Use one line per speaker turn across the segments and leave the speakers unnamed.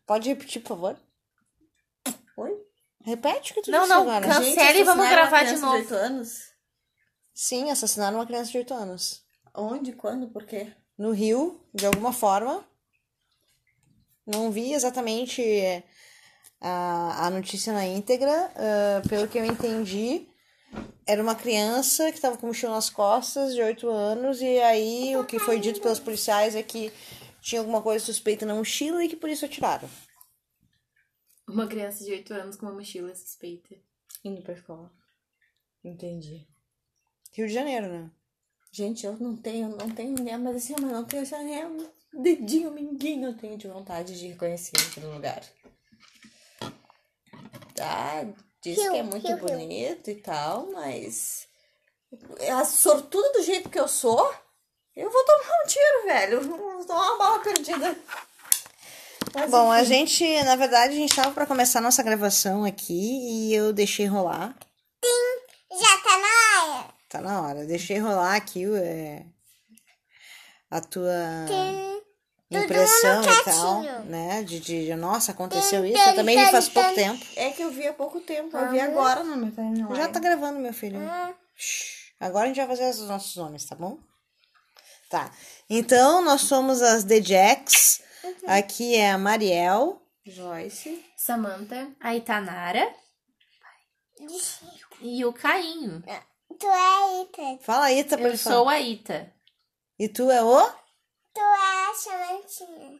Pode repetir, por favor?
Oi?
Repete o que tu
Não,
disse
não,
agora.
cancela e vamos gravar de novo.
8 anos?
Sim, assassinaram uma criança de 8 anos.
Onde? Quando? Por quê?
No Rio, de alguma forma. Não vi exatamente a notícia na íntegra. Pelo que eu entendi, era uma criança que estava com mochila nas costas, de 8 anos. E aí, o que foi dito pelos policiais é que tinha alguma coisa suspeita na mochila e que por isso atiraram.
Uma criança de 8 anos com uma mochila suspeita.
Indo pra escola. Entendi.
Rio de Janeiro, né?
Gente, eu não tenho, mas assim, mas não tenho assim, nem um dedinho, minguinho eu tenho de vontade de reconhecer aquele lugar. Tá, diz que é muito bonito e tal, mas a sortuda do jeito que eu sou, eu vou tomar um tiro, velho. Eu vou tomar uma bala perdida. Mas,
bom,
enfim.
a gente, na verdade, a gente tava pra começar a nossa gravação aqui e eu deixei rolar.
Já tá na hora.
Tá na hora. Deixei rolar aqui a tua impressão e tal, né? De nossa, aconteceu isso. Eu também vi faz pouco tempo.
É que eu vi há pouco tempo, eu vi agora no meu timeline.
Já tá gravando, meu filho. Shhh. Agora a gente vai fazer os nossos nomes, tá bom? Tá. Então, nós somos as The Jacks. Aqui é a Mariel.
Joyce.
Samantha, a Itanara e o Cainho.
Tu é Ita.
Fala, Ita, pra
Eu
ele
sou
falar.
a Ita.
E tu é o?
Tu é a Samantinha.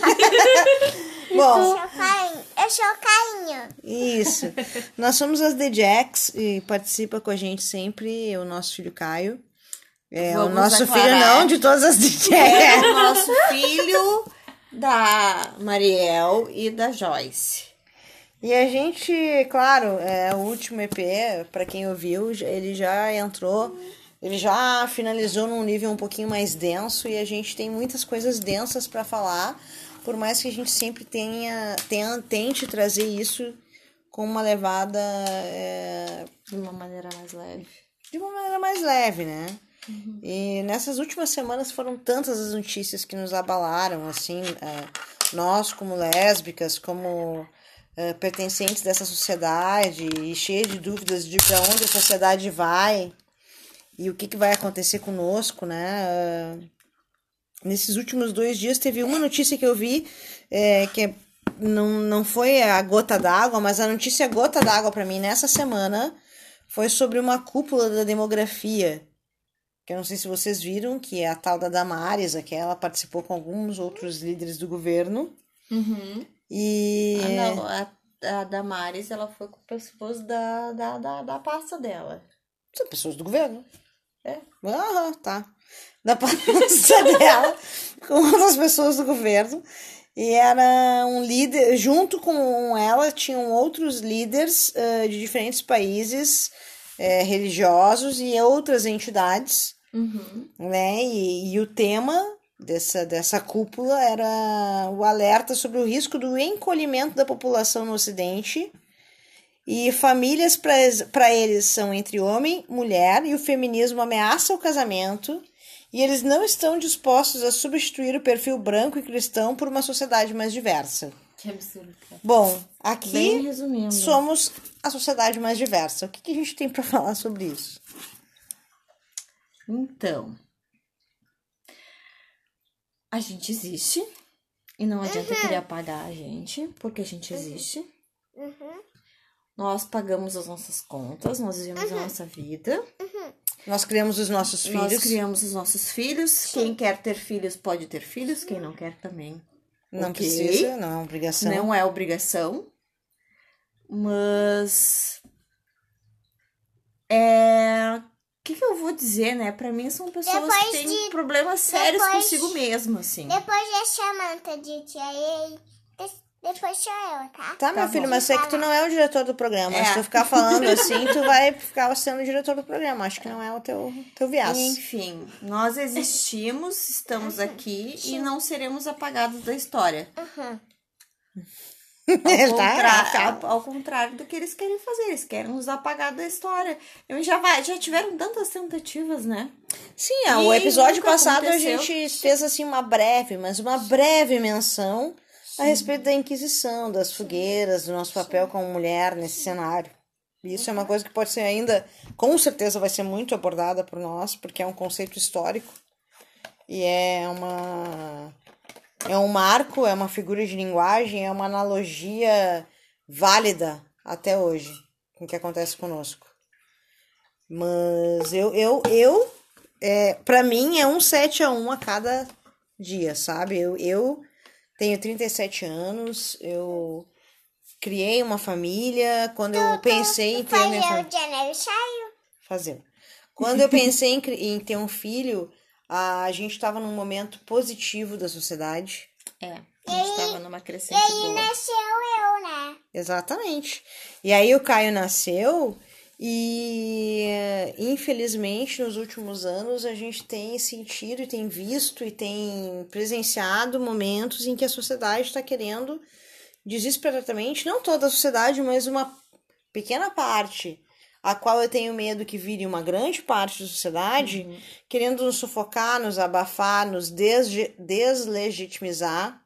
Bom,
Eu sou o Cainho.
isso. Nós somos as The Jacks e participa com a gente sempre o nosso filho Caio. É
Vamos
o nosso
aclarar.
filho não, de todas as The
É
Jacks.
o nosso filho da Mariel e da Joyce.
E a gente, claro, o último EP, pra quem ouviu, ele já entrou, ele já finalizou num nível um pouquinho mais denso e a gente tem muitas coisas densas pra falar, por mais que a gente sempre tente trazer isso com uma levada
De uma maneira mais leve.
de uma maneira mais leve, né? E nessas últimas semanas foram tantas as notícias que nos abalaram, assim, nós como lésbicas, como pertencentes dessa sociedade e cheia de dúvidas de para onde a sociedade vai e o que vai acontecer conosco, né? Nesses últimos 2 dias teve uma notícia que eu vi que não foi a gota d'água, mas a notícia gota d'água para mim nessa semana foi sobre uma cúpula da demografia, que eu não sei se vocês viram, que é a tal da Damares, que ela participou com alguns outros líderes do governo. E
Não, a Damares, ela foi com pessoas da pasta dela.
são pessoas do governo. Tá. Da pasta dela, com outras pessoas do governo. E era um líder, junto com ela, tinham outros líderes de diferentes países religiosos e outras entidades. Né? E o tema dessa cúpula era o alerta sobre o risco do encolhimento da população no Ocidente. E famílias para eles são entre homem e mulher, e o feminismo ameaça o casamento, e eles não estão dispostos a substituir o perfil branco e cristão por uma sociedade mais diversa.
Que absurdo, cara.
Bom,
Bem
aqui
resumindo.
somos a sociedade mais diversa. O que a gente tem para falar sobre isso?
Então, a gente existe e não adianta querer apagar a gente, porque a gente existe. Nós pagamos as nossas contas, nós vivemos a nossa vida.
Nós criamos os nossos filhos.
Nós criamos os nossos filhos. Quem quer ter filhos pode ter filhos, quem não quer também.
Não
Ok.
precisa, não é uma obrigação.
Não é obrigação. Mas o que eu vou dizer, né? Pra mim são pessoas
Depois
que têm
de-
problemas sérios
depois-
consigo mesmo, assim.
Depois da Samantha disse aí, depois sou eu, tá?
Tá, meu filho,
bom.
mas sei que tu não é o diretor do programa.
É.
Se tu ficar falando assim, tu vai ficar sendo o diretor do programa. Acho que não é o teu viés.
Enfim, nós existimos, estamos aqui e não seremos apagados da história. Ao contrário do que eles querem fazer, eles querem nos apagar da história. Já tiveram tantas tentativas, né?
Sim,
E
o episódio
nunca
passado
aconteceu.
a gente fez assim uma breve menção a respeito da Inquisição, das fogueiras, do nosso papel como mulher nesse cenário. Isso é uma coisa que pode ser ainda, com certeza vai ser muito abordada por nós, porque é um conceito histórico e é um marco, é uma figura de linguagem, é uma analogia válida até hoje com o que acontece conosco. Mas pra mim é um 7-1 a cada dia, sabe? Eu tenho 37 anos, eu criei uma família, quando eu pensei em ter minha família...
janeiro saiu.
Fazer. Quando eu pensei em ter um filho, a gente estava num momento positivo da sociedade.
A gente tava numa crescente
E
boa.
nasceu eu, né?
Exatamente. E aí o Caio nasceu e, infelizmente, nos últimos anos a gente tem sentido e tem visto e tem presenciado momentos em que a sociedade está querendo desesperadamente, não toda a sociedade, mas uma pequena parte, a qual eu tenho medo que vire uma grande parte da sociedade, querendo nos sufocar, nos abafar, nos deslegitimizar.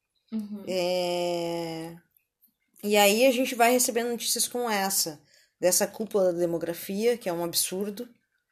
E aí a gente vai recebendo notícias como essa, dessa cúpula da demografia, que é um absurdo.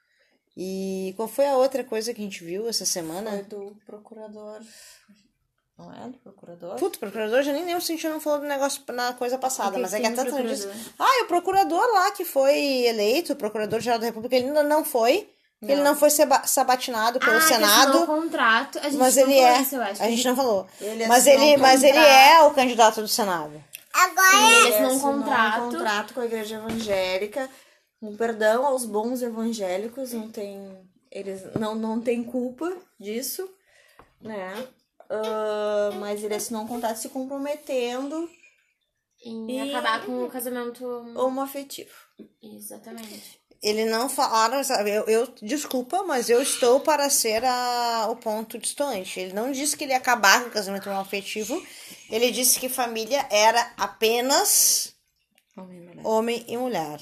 E qual foi a outra coisa que a gente viu essa semana?
Foi do procurador. Não é do procurador?
Puta, o procurador, já nem lembro se a gente não falou do negócio na coisa passada, mas é que é
tem
tanta
procurador?
notícia. Ah, e o procurador lá que foi eleito, o procurador-geral da República, ele ainda não foi. Ele não foi sabatinado pelo Senado.
O contrato, a gente
Mas
não
ele
falou
é.
isso, eu acho.
A gente não falou.
Ele
Mas
assinou
ele,
um
mas ele
contrato.
é o candidato do Senado.
Agora
Ele assinou um contrato.
Um contrato com a igreja evangélica. Um perdão aos bons evangélicos. Eles não têm culpa disso, né? Mas ele assinou um contrato se comprometendo
Em acabar com o casamento.
homoafetivo.
Exatamente.
Ele não falaram, sabe? Desculpa, mas eu estou para ser o ponto distante. Ele não disse que ele ia acabar com o casamento homoafetivo. Ele disse que família era apenas homem e mulher.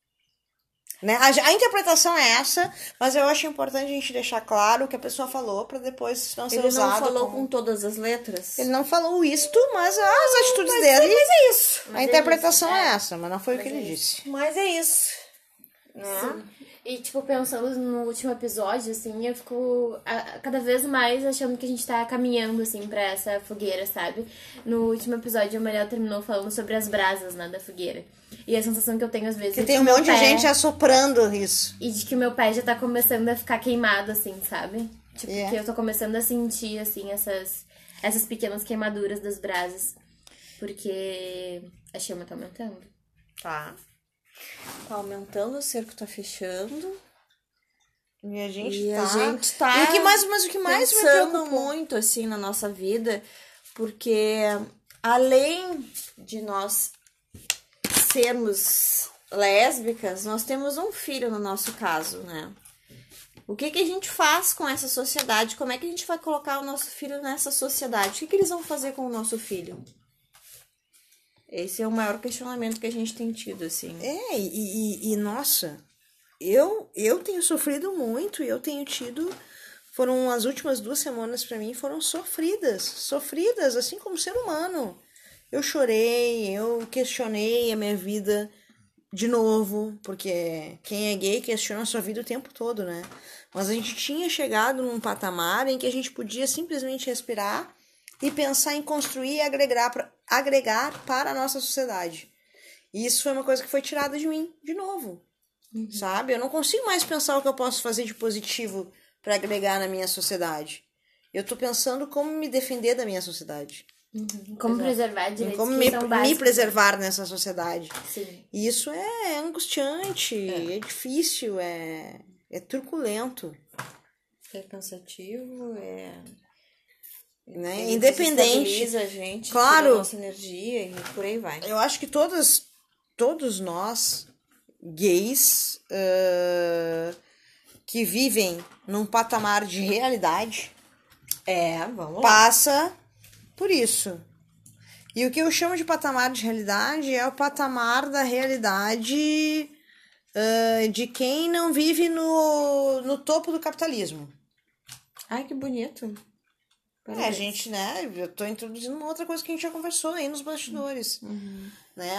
Né? A interpretação é essa, mas eu acho importante a gente deixar claro o que a pessoa falou para depois não ser
Ele
usado.
não falou
como...
com todas as letras?
Ele não falou isto, mas as atitudes dele.
Mas é isso.
A interpretação é essa, mas não foi o que ele disse.
Mas é isso. Né?
E, tipo, pensando no último episódio, assim, eu fico cada vez mais achando que a gente tá caminhando, assim, pra essa fogueira, sabe? No último episódio, a Mariela terminou falando sobre as brasas, né, da fogueira. E a sensação que eu tenho, às vezes,
Que
é
tem
que
um
o meu
monte de
pé-
gente assoprando isso.
E de que o meu pé já tá começando a ficar queimado, assim, sabe? Tipo, que eu tô começando a sentir, assim, essas pequenas queimaduras das brasas. Porque a chama tá aumentando.
Tá. Tá aumentando, o cerco tá fechando.
E a gente
E
tá.
a gente tá
E o que mais me
pensando
preocupou?
muito, assim, na nossa vida. Porque, além de nós sermos lésbicas, nós temos um filho no nosso caso, né? O que a gente faz com essa sociedade? Como é que a gente vai colocar o nosso filho nessa sociedade? O que eles vão fazer com o nosso filho? Esse é o maior questionamento que a gente tem tido, assim.
E nossa, eu tenho sofrido muito e eu tenho tido. Foram as últimas 2 semanas pra mim, foram sofridas, assim como ser humano. Eu chorei, eu questionei a minha vida de novo, porque quem é gay questiona a sua vida o tempo todo, né? Mas a gente tinha chegado num patamar em que a gente podia simplesmente respirar e pensar em construir e agregar para a nossa sociedade. E isso foi uma coisa que foi tirada de mim, de novo, sabe? Eu não consigo mais pensar o que eu posso fazer de positivo para agregar na minha sociedade. Eu tô pensando como me defender da minha sociedade.
Como preservar direitos
Como
que são
me
básicos.
preservar nessa sociedade.
Sim.
E isso é angustiante, é difícil, é truculento,
É cansativo,
né? Independente.
Desestabiliza a gente,
Claro.
tira a nossa energia e por aí vai.
Eu acho que todos nós, gays, que vivem num patamar de realidade,
Vamos lá.
passa por isso. E o que eu chamo de patamar de realidade é o patamar da realidade de quem não vive no topo do capitalismo.
Ai, que bonito.
A gente, né, eu tô introduzindo uma outra coisa que a gente já conversou aí nos bastidores, né,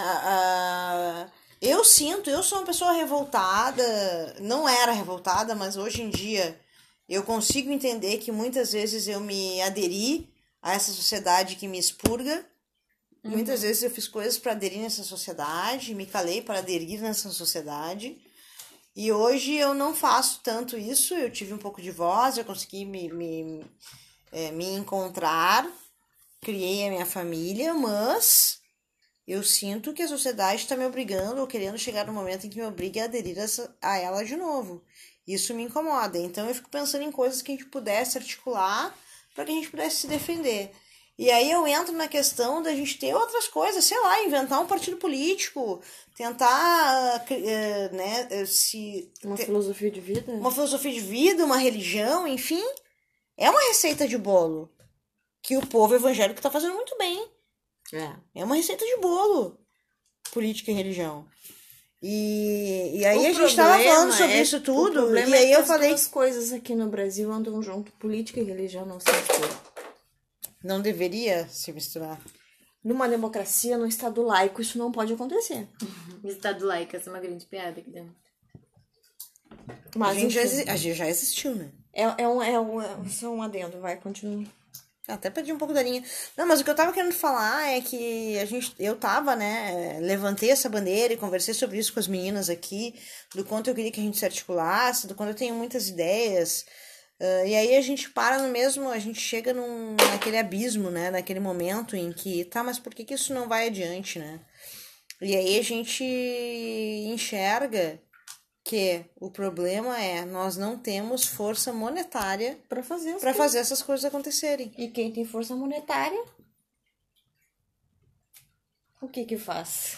eu sou uma pessoa revoltada, não era revoltada, mas hoje em dia eu consigo entender que muitas vezes eu me aderi a essa sociedade que me expurga, muitas vezes eu fiz coisas para aderir nessa sociedade, me calei para aderir nessa sociedade, e hoje eu não faço tanto isso, eu tive um pouco de voz, eu consegui me encontrar, criei a minha família, mas eu sinto que a sociedade está me obrigando ou querendo chegar no momento em que me obrigue a aderir a ela de novo. Isso me incomoda. Então eu fico pensando em coisas que a gente pudesse articular para que a gente pudesse se defender. E aí eu entro na questão da gente ter outras coisas, sei lá, inventar um partido político, tentar, né,
Uma filosofia de vida?
Uma filosofia de vida, uma religião, enfim. É uma receita de bolo que o povo evangélico está fazendo muito bem. É uma receita de bolo, política e religião. E aí a gente tava falando sobre isso tudo, e aí eu falei...
As duas coisas aqui no Brasil andam junto, política e religião não se misturam.
Não deveria se misturar.
Numa democracia, num estado laico, isso não pode acontecer.
Estado laico, essa é uma grande piada aqui dentro.
Mas a gente já existiu, né?
Só um adendo, vai, continua.
Até perdi um pouco da linha. Não, mas o que eu tava querendo falar é que eu tava, né, levantei essa bandeira e conversei sobre isso com as meninas aqui, do quanto eu queria que a gente se articulasse, do quanto eu tenho muitas ideias, e aí a gente a gente chega naquele abismo, né, naquele momento em que, tá, mas por que isso não vai adiante, né? E aí a gente enxerga que o problema é nós não temos força monetária para fazer essas coisas acontecerem.
E quem tem força monetária, o que faz?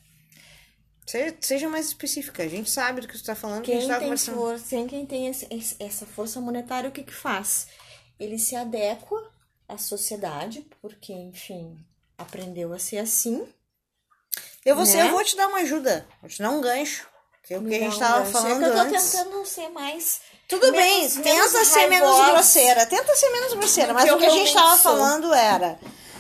Seja mais específica, a gente sabe do que você está falando.
Quem tem essa força monetária, o que faz? Ele se adequa à sociedade, porque, enfim, aprendeu a ser assim. Eu
vou te dar uma ajuda, vou te dar um gancho. Que é o que a gente tava falando antes.
Eu tô tentando ser mais...
Tudo bem, tenta ser menos grosseira. Tenta ser menos grosseira. Mas o que a gente tava falando era...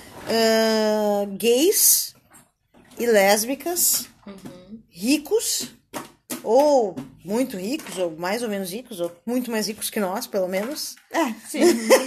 gays e lésbicas, ricos, ou muito ricos, ou mais ou menos ricos, ou muito mais ricos que nós, pelo menos.
Sim.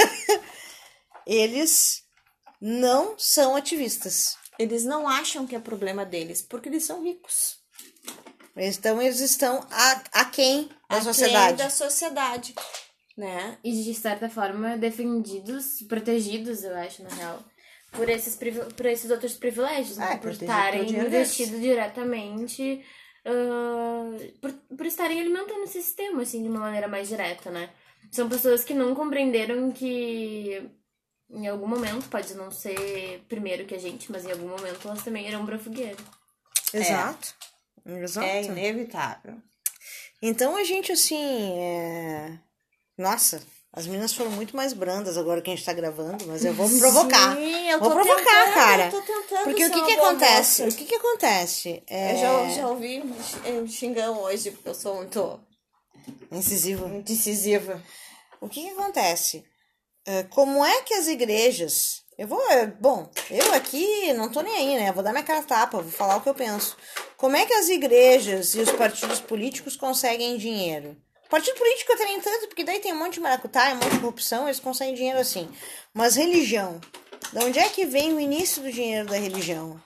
Eles não são ativistas.
Eles não acham que é problema deles, porque eles são ricos.
Então, eles estão aquém da sociedade.
Da sociedade, né?
E, de certa forma, defendidos, protegidos, eu acho, na real, por esses outros privilégios, né? Por estarem investidos diretamente, por estarem alimentando esse sistema, assim, de uma maneira mais direta, né? São pessoas que não compreenderam que, em algum momento, pode não ser primeiro que a gente, mas em algum momento elas também irão pra fogueira.
Exato.
É inevitável.
Então a gente, assim, nossa, as meninas foram muito mais brandas agora que a gente tá gravando, mas eu vou provocar.
Sim, eu
vou provocar, cara.
Eu tô tentando.
Porque o que acontece? O que acontece?
Eu já ouvi xingão hoje, porque eu sou muito decisiva.
O que acontece? Como é que as igrejas... eu aqui não tô nem aí, né? Vou dar minha cara a tapa, vou falar o que eu penso. Como é que as igrejas e os partidos políticos conseguem dinheiro? Partido político até nem tanto, porque daí tem um monte de maracutaia, um monte de corrupção, eles conseguem dinheiro assim. Mas religião, de onde é que vem o início do dinheiro da religião?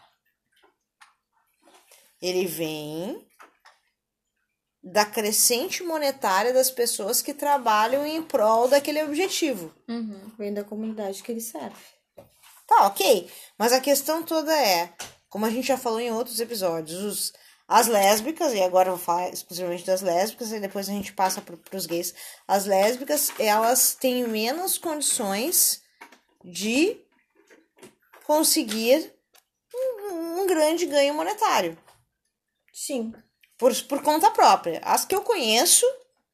Ele vem da crescente monetária das pessoas que trabalham em prol daquele objetivo.
Vem da comunidade que ele serve.
Tá, ok. Mas a questão toda é, como a gente já falou em outros episódios, as lésbicas, e agora eu vou falar exclusivamente das lésbicas, e depois a gente passa pros gays. As lésbicas, elas têm menos condições de conseguir um grande ganho monetário.
Sim.
Por conta própria. As que eu conheço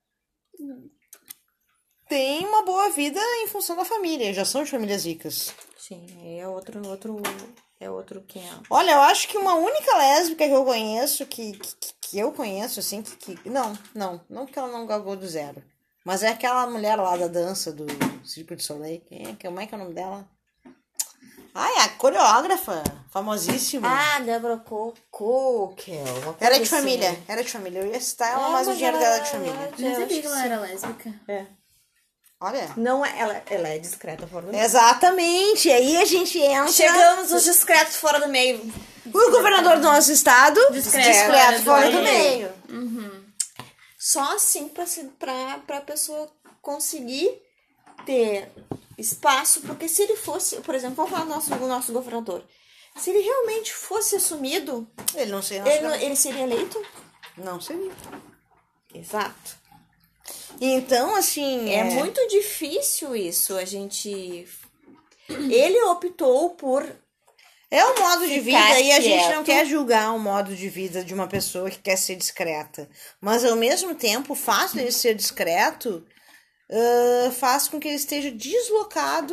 têm uma boa vida em função da família, já são de famílias ricas.
Sim, é outro que é.
Olha, eu acho que uma única lésbica que eu conheço, que eu conheço, assim, não que ela não galgou do zero. Mas é aquela mulher lá da dança do Cirque du Soleil. Como é que é o nome dela? Ai, a coreógrafa, famosíssima.
Ah, Deborah Coquel.
Era de família, Eu ia citar ela, mas o dinheiro dela é de família.
Não sabia que ela era lésbica.
Olha.
Não é, ela é discreta fora do meio.
Exatamente, aí a gente entra...
Chegamos os discretos fora do meio.
O governador do nosso estado, discreto fora do meio.
Só assim pra pessoa conseguir ter espaço, porque se ele fosse, por exemplo, vamos falar do nosso governador. Se ele realmente fosse assumido,
Ele não seria
ele seria eleito?
Não seria.
Exato.
Então, assim...
É muito difícil isso, a gente... Ele optou por...
É um modo de vida
Ficar
e a gente
quieto.
não quer julgar o modo de vida de uma pessoa que quer ser discreta. Mas, ao mesmo tempo, o fato dele ser discreto faz com que ele esteja deslocado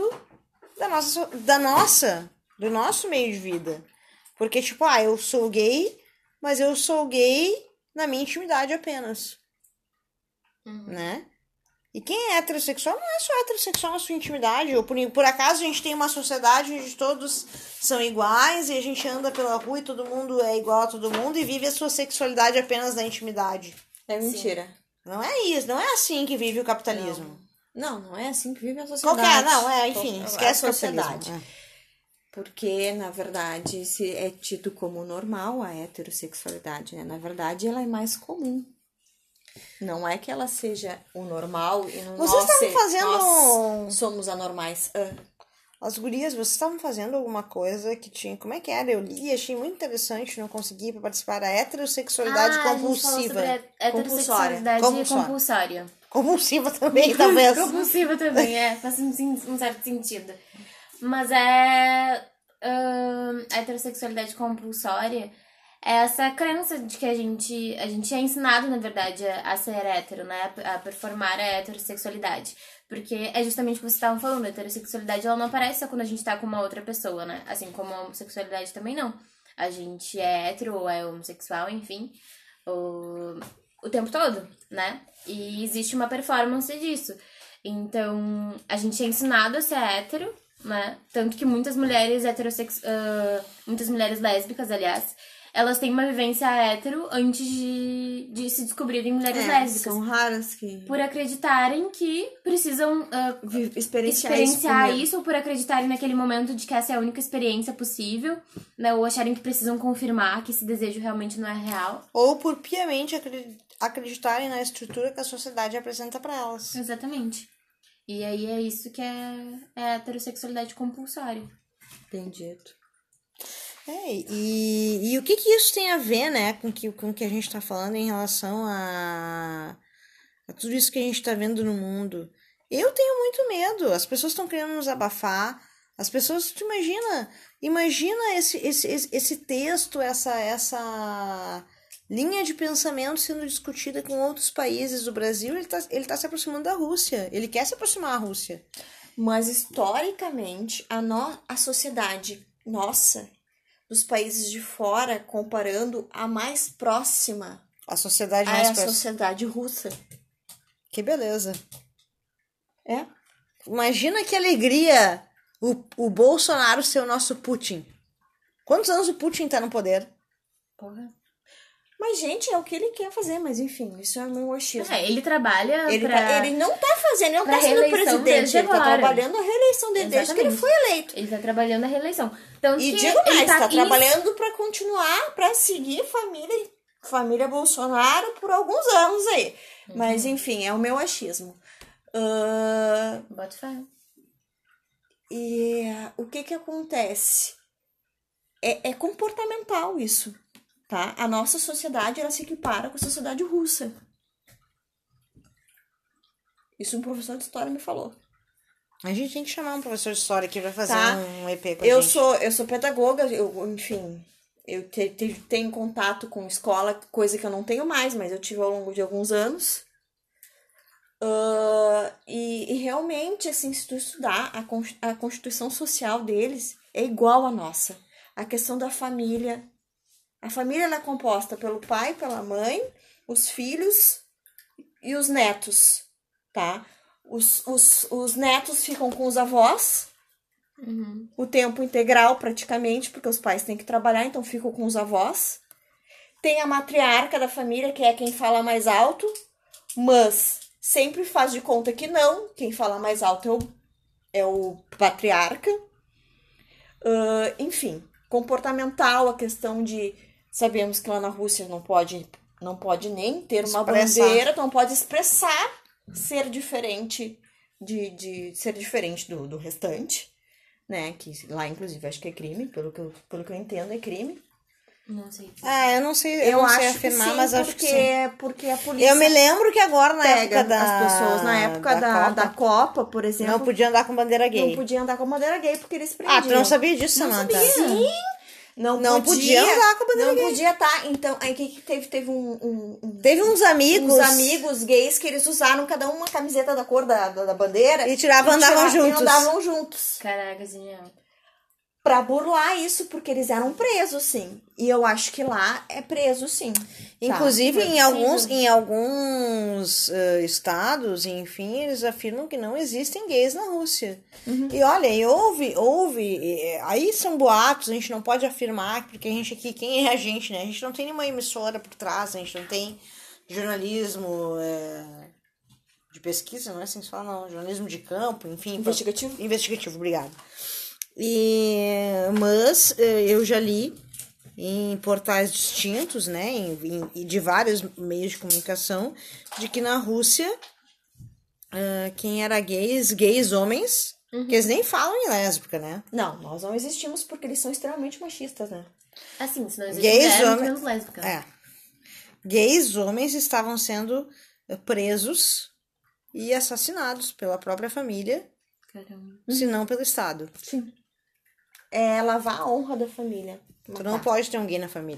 do nosso meio de vida. Porque, tipo, eu sou gay, mas eu sou gay na minha intimidade apenas. Né? E quem é heterossexual não é só heterossexual na sua intimidade. Ou por acaso a gente tem uma sociedade onde todos são iguais e a gente anda pela rua e todo mundo é igual a todo mundo e vive a sua sexualidade apenas na intimidade.
É mentira.
Não é isso, não é assim que vive o capitalismo.
Não é assim que vive a sociedade.
Enfim, esquece
a
a
sociedade.
sociedade.
Porque, na verdade, se é tido como normal a heterossexualidade, né? Na verdade, ela é mais comum. Não é que ela seja o normal e
Vocês estavam fazendo...
nós somos anormais.
As gurias, vocês estavam fazendo alguma coisa que tinha... Como é que era? Eu li, achei muito interessante, não consegui para da heterossexualidade compulsiva.
A gente falou sobre a heterossexualidade compulsória.
Compulsiva também, talvez.
Compulsiva também, faz um certo sentido. Mas a heterossexualidade compulsória é essa crença de que a gente é ensinado, na verdade, a ser hétero, né? A performar a heterossexualidade. Porque é justamente o que vocês estavam falando, a heterossexualidade ela não aparece só quando a gente tá com uma outra pessoa, né? Assim como a homossexualidade também não. A gente é hétero ou é homossexual, enfim, o tempo todo, né? E existe uma performance disso. Então, a gente é ensinado a ser hétero, né? Tanto que muitas mulheres muitas mulheres lésbicas, aliás, elas têm uma vivência hétero antes de se descobrirem mulheres lésbicas.
São raras que...
Por acreditarem que precisam
experienciar
isso, ou por acreditarem naquele momento de que essa é a única experiência possível, né? Ou acharem que precisam confirmar que esse desejo realmente não é real.
Ou por piamente acreditarem na estrutura que a sociedade apresenta para elas.
Exatamente. E aí é isso que é a heterossexualidade compulsória.
Bem dito.
E o que isso tem a ver, né, com o que a gente tá falando em relação a tudo isso que a gente tá vendo no mundo? Eu tenho muito medo. As pessoas estão querendo nos abafar. As pessoas, tu imagina esse texto, essa linha de pensamento sendo discutida com outros países do Brasil. Ele tá se aproximando da Rússia. Ele quer se aproximar da Rússia.
Mas, historicamente, a sociedade nossa, dos países de fora, comparando a mais próxima,
a sociedade mais próxima,
sociedade russa.
Que beleza.
É?
Imagina que alegria o Bolsonaro ser o nosso Putin. Quantos anos o Putin tá no poder?
Porra. Mas, gente, é o que ele quer fazer, mas enfim, isso é o meu achismo.
Ele trabalha
ele não tá fazendo, ele não tá sendo presidente, ele tá trabalhando a reeleição dele desde que ele foi eleito.
Ele tá trabalhando a reeleição. Então,
e digo mais, tá trabalhando pra continuar, pra seguir família Bolsonaro por alguns anos aí. Mas, enfim, é o meu achismo.
Bota fé.
E o que acontece? É comportamental isso. Tá? A nossa sociedade, ela se equipara com a sociedade russa. Isso um professor de história me falou.
A gente tem que chamar um professor de história aqui pra fazer um EP com a
gente. Eu sou pedagoga, enfim, eu tenho contato com escola, coisa que eu não tenho mais, mas eu tive ao longo de alguns anos. E realmente, assim, se tu estudar a constituição social deles, é igual à nossa. A questão da família. A família ela é composta pelo pai, pela mãe, os filhos e os netos, tá? Os netos ficam com os avós, o tempo integral praticamente, porque os pais têm que trabalhar, então ficam com os avós. Tem a matriarca da família, que é quem fala mais alto, mas sempre faz de conta que não, quem fala mais alto é o patriarca. Enfim, comportamental, a questão de... Sabemos que lá na Rússia não pode nem ter uma bandeira, não pode expressar ser diferente ser diferente do restante, né? Que lá, inclusive, acho que é crime, pelo que eu entendo, é crime.
Não sei.
Eu não sei, eu não sei afirmar, mas acho que sim.
Porque a polícia...
Eu me lembro que agora, na
pega
época
as pessoas, na época da Copa, por exemplo...
Não podia andar com bandeira gay.
Não podia andar com bandeira gay, porque eles prendiam.
Tu não sabia disso, Samantha?
Não sabia. Sim! Não podia
andar com a bandeira gay.
Não podia estar. Então, aí que teve
Teve uns amigos.
Uns amigos gays que eles usaram cada um uma camiseta da cor da bandeira.
E andavam juntos.
E andavam juntos.
Caraca, genial.
Pra burlar isso, porque eles eram presos, sim. E eu acho que lá é preso, sim.
Inclusive, em alguns estados, enfim, eles afirmam que não existem gays na Rússia. E olha, aí são boatos, a gente não pode afirmar, porque a gente aqui, quem é a gente, né? A gente não tem nenhuma emissora por trás, a gente não tem jornalismo de pesquisa, não é assim que se fala, não. Jornalismo de campo, enfim. Investigativo, obrigada. Mas eu já li em portais distintos, né, de vários meios de comunicação, de que na Rússia, quem era gays homens, que eles nem falam em lésbica, né?
Não, nós não existimos porque eles são extremamente machistas, né?
Assim, se não existe
gays
mulher, menos lésbica.
Gays homens estavam sendo presos e assassinados pela própria família,
Caramba.
se não pelo Estado.
Sim. É lavar a honra da família.
Tu não pode ter um gay na família.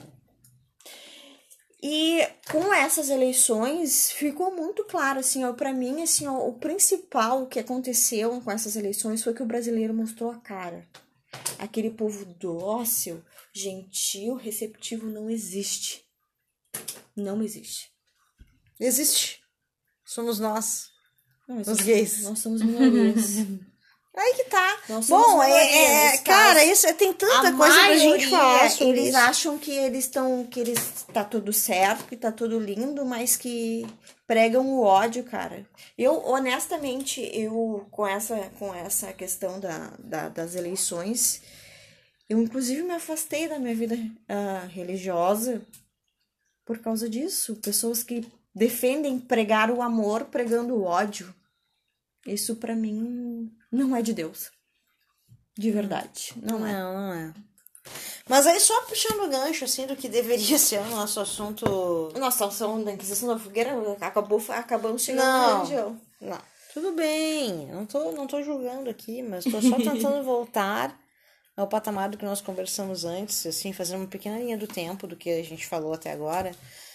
E com essas eleições ficou muito claro, assim, pra mim, assim, o principal que aconteceu com essas eleições foi que o brasileiro mostrou a cara. Aquele povo dócil, gentil, receptivo não existe. Não existe.
Existe. Somos nós.
Não,
os gays.
Nós somos minorias.
Aí que tá.
Bom,
cara, isso tem tanta coisa pra gente falar sobre
eles
isso.
acham que tá tudo certo, que tá tudo lindo, mas que pregam o ódio, cara. Eu, honestamente, com essa questão das eleições, eu inclusive me afastei da minha vida religiosa por causa disso. Pessoas que defendem pregar o amor pregando o ódio. Isso pra mim não é de Deus. De verdade. Não é.
Mas aí só puxando o gancho, assim, do que deveria ser o nosso assunto...
Nossa, a ação da Inquisição da Fogueira acabamos chegando na religião.
Não, tudo bem. Não tô julgando aqui, mas tô só tentando voltar ao patamar do que nós conversamos antes, assim, fazer uma pequena linha do tempo do que a gente falou até agora.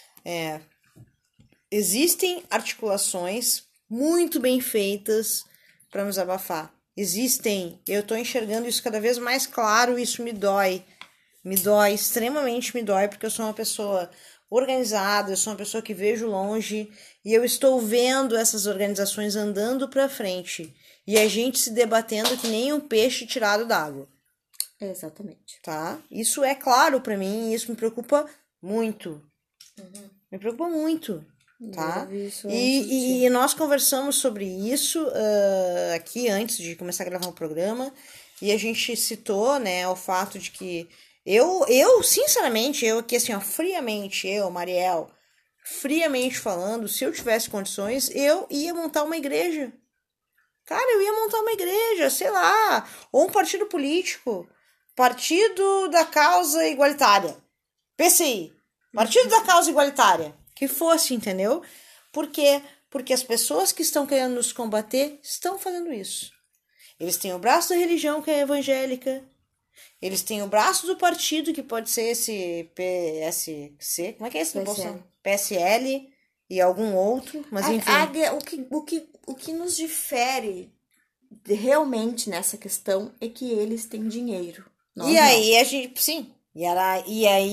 Existem articulações muito bem feitas para nos abafar. Existem. Eu tô enxergando isso cada vez mais claro, isso me dói. Me dói, extremamente me dói, porque eu sou uma pessoa organizada, eu sou uma pessoa que vejo longe, e eu estou vendo essas organizações andando para frente, e a gente se debatendo que nem um peixe tirado d'água.
Exatamente.
Tá? Isso é claro para mim, e isso me preocupa muito. Me preocupa muito. Tá? E nós conversamos sobre isso aqui antes de começar a gravar o programa, e a gente citou, né, o fato de que eu sinceramente, aqui assim, ó, friamente, Mariel, friamente falando, se eu tivesse condições, eu ia montar uma igreja. Cara, eu ia montar uma igreja, sei lá, ou um partido político, Partido da Causa Igualitária, PCI, Partido da Causa Igualitária, que fosse, entendeu? Por quê? Porque as pessoas que estão querendo nos combater estão fazendo isso. Eles têm o braço da religião, que é evangélica. Eles têm o braço do partido, que pode ser esse PSC. Como é que é esse? PSL e algum outro. Mas enfim.
O que nos difere realmente nessa questão é que eles têm dinheiro.
E aí a gente... Sim. E aí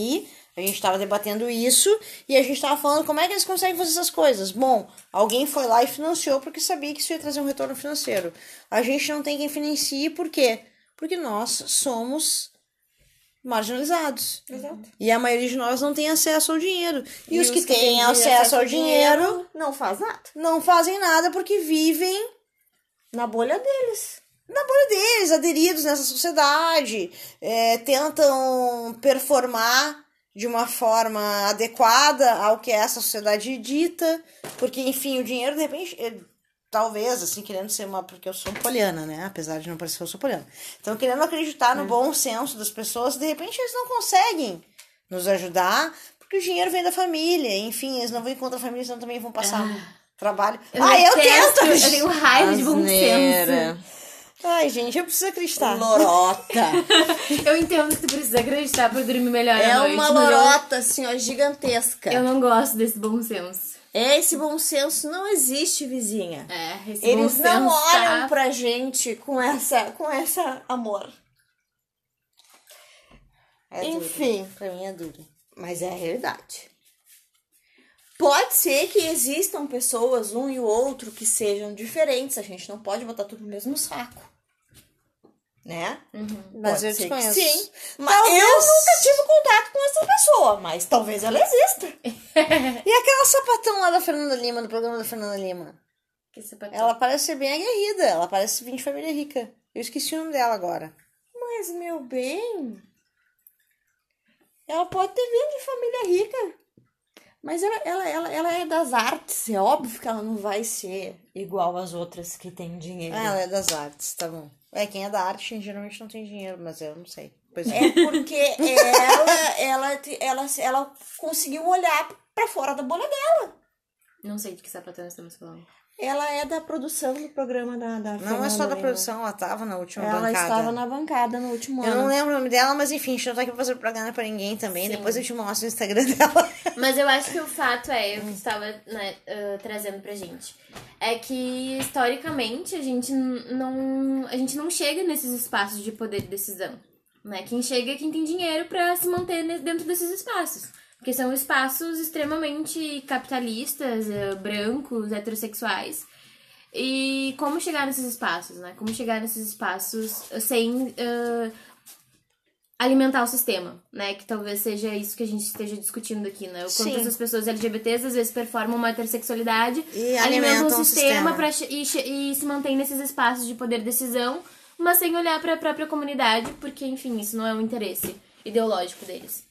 A gente estava debatendo isso e a gente estava falando como é que eles conseguem fazer essas coisas. Bom, alguém foi lá e financiou porque sabia que isso ia trazer um retorno financeiro. A gente não tem quem financie, por quê? Porque nós somos marginalizados.
Exato.
E a maioria de nós não tem acesso ao dinheiro. E os que têm acesso ao dinheiro
não faz nada.
não fazem nada porque vivem
Na bolha deles.
na bolha deles, aderidos nessa sociedade, tentam performar de uma forma adequada ao que essa sociedade dita, porque, enfim, o dinheiro, de repente, talvez, assim, querendo ser porque eu sou poliana, né, apesar de não parecer que eu sou poliana, então, querendo acreditar no bom senso das pessoas, de repente, eles não conseguem nos ajudar, porque o dinheiro vem da família, enfim, eles não vão contra a família, senão também vão passar trabalho. Eu tento!
Eu tenho raiva de bom
Asneira.
senso.
Ai, gente, eu preciso acreditar.
Lorota.
Eu entendo que tu precisa acreditar pra dormir melhor
É
à noite.
uma
mas
lorota, assim, ó, gigantesca.
Eu não gosto desse bom senso.
Esse bom senso não existe, vizinha.
Esse
Eles
bom
não
senso
olham
tá...
pra gente com essa amor. Enfim.
Duro. Pra mim é duro.
Mas é a realidade. Pode ser que existam pessoas, um e o outro, que sejam diferentes. A gente não pode botar tudo no mesmo saco. Né?
Mas
Pode
eu
ser que
desconheço.
sim. Mas
Talvez.
eu nunca tive contato com essa pessoa. Mas talvez ela exista.
E aquela sapatão lá da Fernanda Lima, do programa da Fernanda Lima?
Que sapatão.
Ela parece ser bem aguerrida. Ela parece vir de família rica. Eu esqueci o nome dela agora.
Mas, meu bem... Ela pode ter vindo de família rica. Mas ela é das artes. É óbvio que ela não vai ser igual às outras que têm dinheiro.
Ah, ela é das artes, tá bom. Quem é da arte geralmente não tem dinheiro, mas eu não sei. Pois
É porque ela conseguiu olhar pra fora da bolha dela.
Não sei de que sapatão estamos falando.
Ela é da produção do programa da
Não é só
Fernanda
da
Lima.
produção, ela tava na última
Ela
bancada.
estava na bancada no último
Eu
ano.
não lembro o nome dela, mas enfim, a gente não tá aqui pra fazer propaganda pra ninguém também. Depois eu te mostro o Instagram dela.
Mas eu acho que o fato é, o que estava trazendo pra gente, é que historicamente a gente não chega nesses espaços de poder de decisão. Né? Quem chega é quem tem dinheiro pra se manter dentro desses espaços. Porque são espaços extremamente capitalistas, brancos, heterossexuais. E como chegar nesses espaços, né? Como chegar nesses espaços sem alimentar o sistema, né? Que talvez seja isso que a gente esteja discutindo aqui, né? O quanto
Sim.
essas pessoas LGBTs às vezes performam uma heterossexualidade,
E
alimentam
alimentam
o
o
sistema
sistema.
e se mantêm nesses espaços de poder de decisão, mas sem olhar para a própria comunidade, porque, enfim, isso não é um interesse ideológico deles.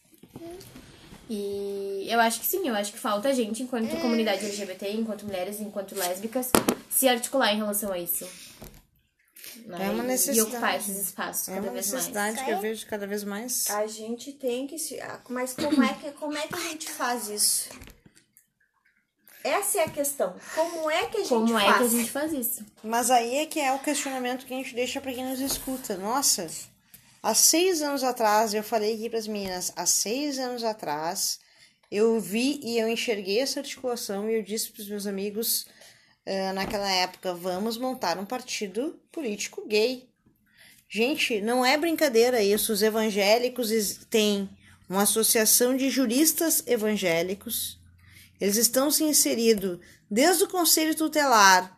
E eu acho que sim, eu acho que falta a gente, enquanto comunidade LGBT, enquanto mulheres, enquanto lésbicas, se articular em relação a isso. Né?
É uma necessidade.
E ocupar esses espaços
É
cada
uma
vez mais.
necessidade que eu vejo cada vez mais.
A gente tem que se... Mas como é que a gente faz isso? Essa é a questão. Como é que a gente
Como
faz?
é que a gente faz isso?
Mas aí é que é o questionamento que a gente deixa pra quem nos escuta. Nossa, há 6 anos atrás, eu falei aqui pras meninas, há 6 anos atrás, eu vi e eu enxerguei essa articulação e eu disse pros meus amigos naquela época, vamos montar um partido político gay. Gente, não é brincadeira isso. Os evangélicos têm uma associação de juristas evangélicos. Eles estão se inserindo desde o Conselho Tutelar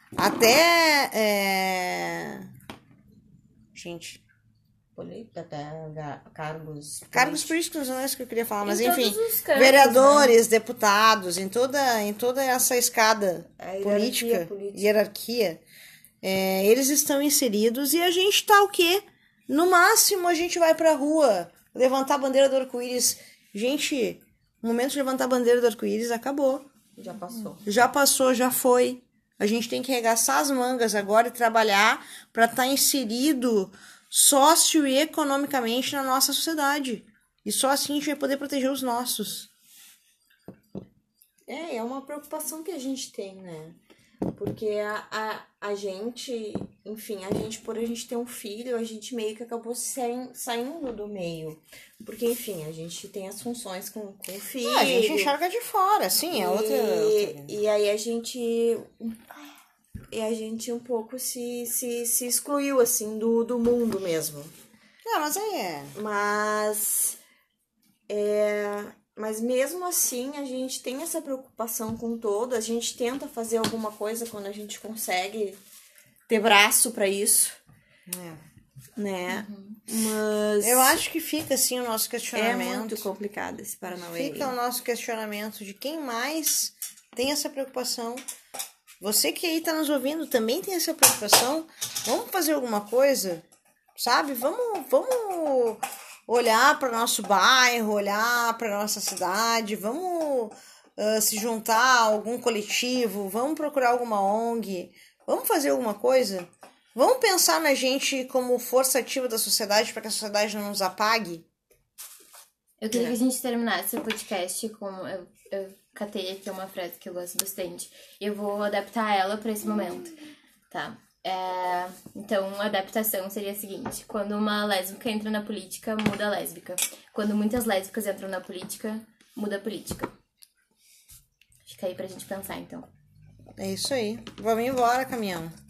até... Gente...
Até
Cargos políticos não é isso que eu queria falar, mas
Em
enfim,
todos os campos,
vereadores, deputados, em toda essa escada
hierarquia
política, hierarquia, eles estão inseridos e a gente tá o quê? No máximo a gente vai pra rua levantar a bandeira do arco-íris. Gente, o momento de levantar a bandeira do arco-íris acabou.
Já passou.
Já passou, já foi. A gente tem que arregaçar as mangas agora e trabalhar pra estar inserido sócio e economicamente na nossa sociedade. E só assim a gente vai poder proteger os nossos.
É uma preocupação que a gente tem, né? Porque a gente, enfim, por a gente ter um filho, a gente meio que acabou saindo do meio. Porque, enfim, a gente tem as funções com o filho.
A gente enxerga de fora, sim, é outra...
E aí a gente um pouco se excluiu, assim, do mundo mesmo.
Não, mas aí
Mas Mas mesmo assim, a gente tem essa preocupação com todo, a gente tenta fazer alguma coisa quando a gente consegue ter braço pra isso, né? Mas
Eu acho que fica, assim, o nosso
é
questionamento.
muito complicado esse Paranauê.
Fica o nosso questionamento de quem mais tem essa preocupação. Você que aí tá nos ouvindo também tem essa preocupação. Vamos fazer alguma coisa, sabe? Vamos olhar para nosso bairro, olhar para nossa cidade, vamos se juntar a algum coletivo, vamos procurar alguma ONG, vamos fazer alguma coisa. Vamos pensar na gente como força ativa da sociedade para que a sociedade não nos apague.
Eu queria que a gente terminasse o podcast com... Eu catei aqui uma frase que eu gosto bastante. E eu vou adaptar ela para esse momento, tá? Então, a adaptação seria a seguinte. Quando uma lésbica entra na política, muda a lésbica. Quando muitas lésbicas entram na política, muda a política. Fica aí pra gente pensar, então.
É isso aí. Vamos embora, caminhão.